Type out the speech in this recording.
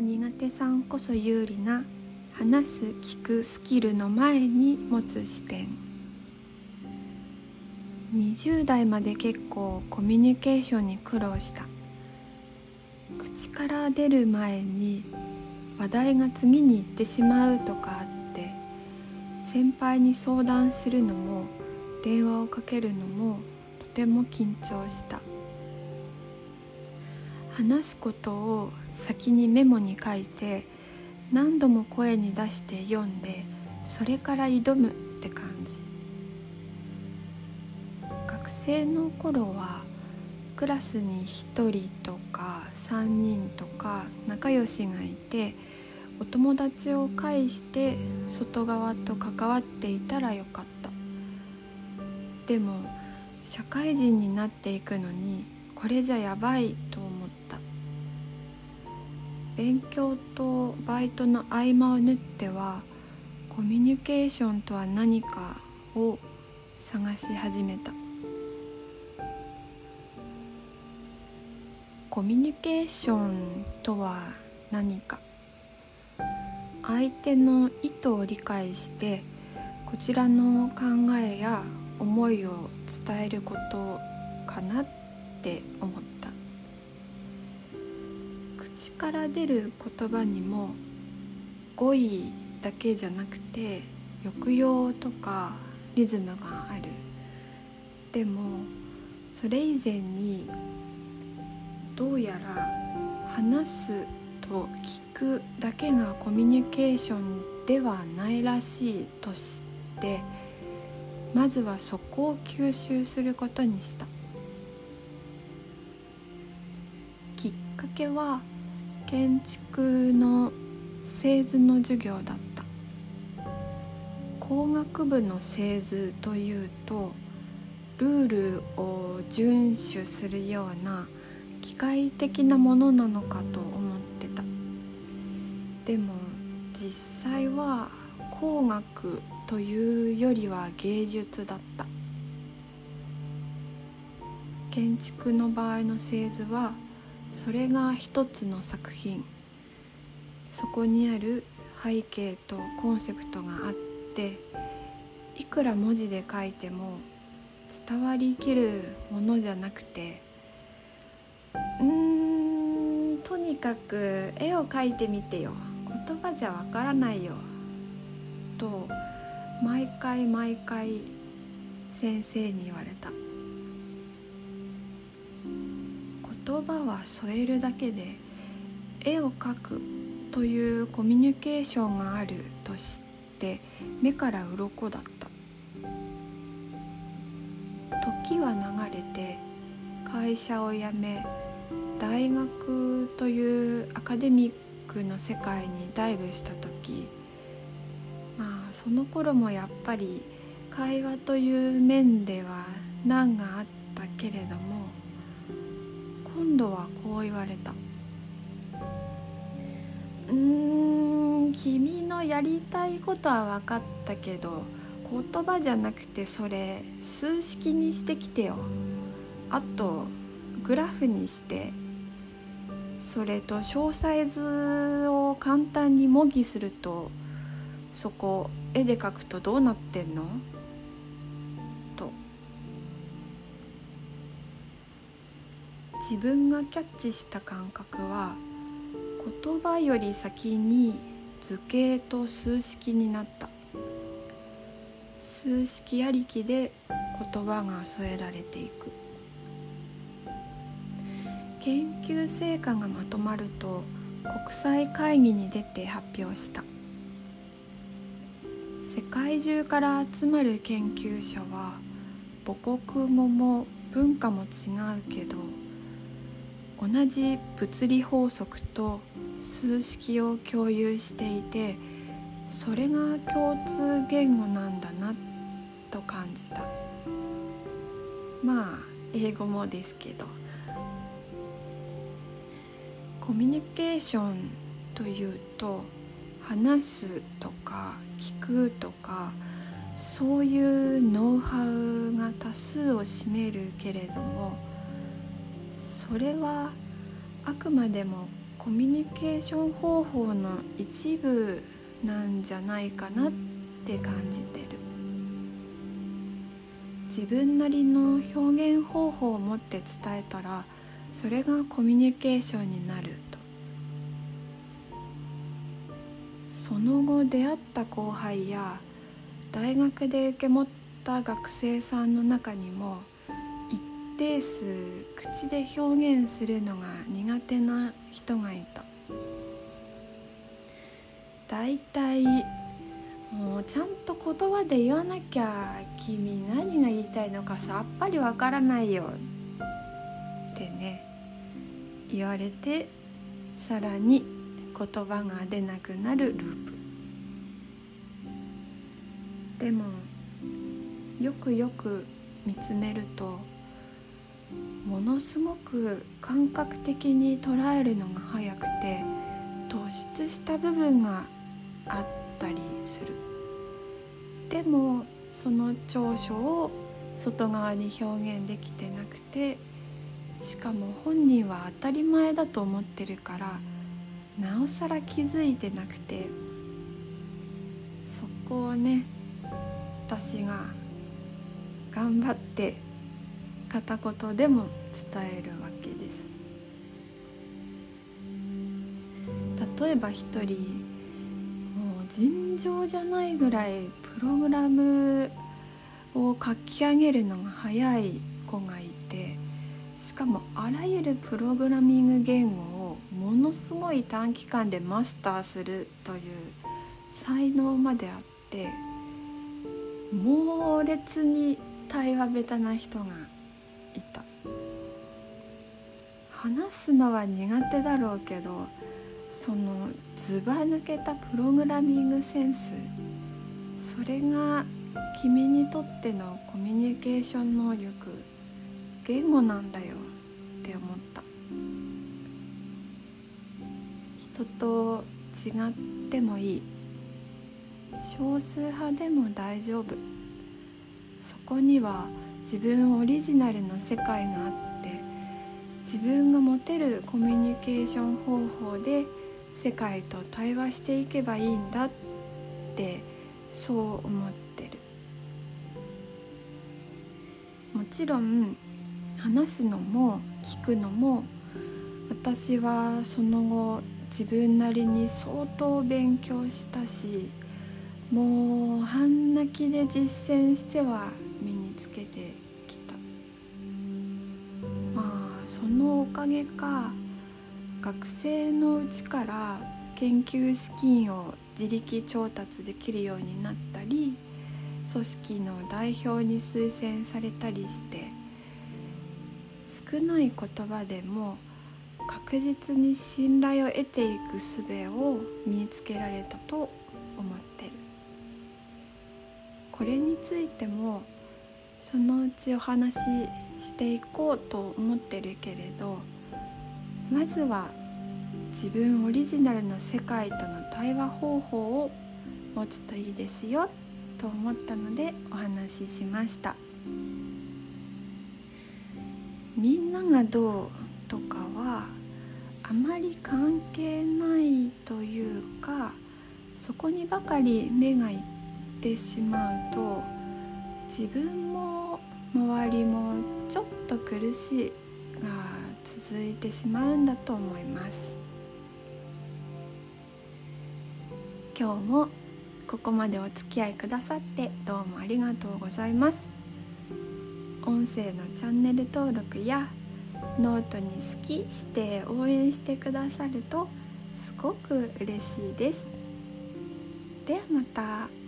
苦手さんこそ有利な話す・聞くスキルの前に持つ視点。20代まで結構コミュニケーションに苦労した。口から出る前に話題が次に行ってしまうとかあって、先輩に相談するのも電話をかけるのもとても緊張した。話すことを先にメモに書いて何度も声に出して読んで、それから挑むって感じ。学生の頃はクラスに1人とか3人とか仲良しがいて、お友達を介して外側と関わっていたらよかった。でも社会人になっていくのにこれじゃやばいと思った。勉強とバイトの合間を縫ってはコミュニケーションとは何かを探し始めた。コミュニケーションとは何か、相手の意図を理解してこちらの考えや思いを伝えることかなって思った。口から出る言葉にも語彙だけじゃなくて抑揚とかリズムがある。でもそれ以前にどうやら話すと聞くだけがコミュニケーションではないらしいとして、まずはそこを吸収することにした。きっかけは建築の製図の授業だった。工学部の製図というとルールを遵守するような機械的なものなのかと思ってた。でも実際は工学というよりは芸術だった。建築の場合の製図はそれが一つの作品、そこにある背景とコンセプトがあって、いくら文字で書いても伝わりきるものじゃなくて、とにかく絵を描いてみてよ、言葉じゃわからないよと毎回先生に言われた。言葉は添えるだけで絵を描くというコミュニケーションがあると知って目から鱗だった。時は流れて会社を辞め、大学というアカデミックの世界にダイブした時、その頃もやっぱり会話という面では難があったけれども、今度はこう言われた。君のやりたいことは分かったけど、言葉じゃなくてそれ数式にしてきてよ。あとグラフにして、それと小サイズを簡単に模擬すると、そこ絵で描くとどうなってんの？と。自分がキャッチした感覚は言葉より先に図形と数式になった。数式ありきで言葉が添えられていく。研究成果がまとまると国際会議に出て発表した。世界中から集まる研究者は母国語も文化も違うけど、同じ物理法則と数式を共有していて、それが共通言語なんだなと感じた。英語もですけど。コミュニケーションというと話すとか聞くとか、そういうノウハウが多数を占めるけれども、それはあくまでもコミュニケーション方法の一部なんじゃないかなって感じてる。自分なりの表現方法を持って伝えたら、それがコミュニケーションになると。その後出会った後輩や大学で受け持った学生さんの中にも、一定数口で表現するのが苦手な人がいた。だいたいもうちゃんと言葉で言わなきゃ、君何が言いたいのかさっぱりわからないよってね言われて、さらに言葉が出なくなるループ。でもよくよく見つめると、ものすごく感覚的に捉えるのが早くて、突出した部分があったりする。でもその長所を外側に表現できてなくて、しかも本人は当たり前だと思ってるから、なおさら気づいてなくて、そこをね私が頑張って片言でも伝えるわけです。例えば一人、もう尋常じゃないぐらいプログラムを書き上げるのが早い子がいて、しかもあらゆるプログラミング言語をものすごい短期間でマスターするという才能まであって、猛烈に対話下手な人がいた。話すのは苦手だろうけど、そのずば抜けたプログラミングセンス、それが君にとってのコミュニケーション能力、言語なんだよって思った。人と違ってもいい、少数派でも大丈夫。そこには自分オリジナルの世界があって、自分が持てるコミュニケーション方法で世界と対話していけばいいんだって、そう思ってる。もちろん話すのも聞くのも、私はその後自分なりに相当勉強したし、もう半泣きで実践しては身につけてきた。まあそのおかげか、学生のうちから研究資金を自力調達できるようになったり、組織の代表に推薦されたりして、少ない言葉でも確実に信頼を得ていく術を身につけられたと思ってる。これについてもそのうちお話ししていこうと思ってるけれど、まずは自分オリジナルの世界との対話方法を持つといいですよと思ったのでお話ししました。みんながどうとかはあまり関係ないというか、そこにばかり目がいってしまうと、自分も周りもちょっと苦しいが続いてしまうんだと思います。今日もここまでお付き合いくださってどうもありがとうございます。音声のチャンネル登録やノートに好きして応援してくださるとすごく嬉しいです。ではまた。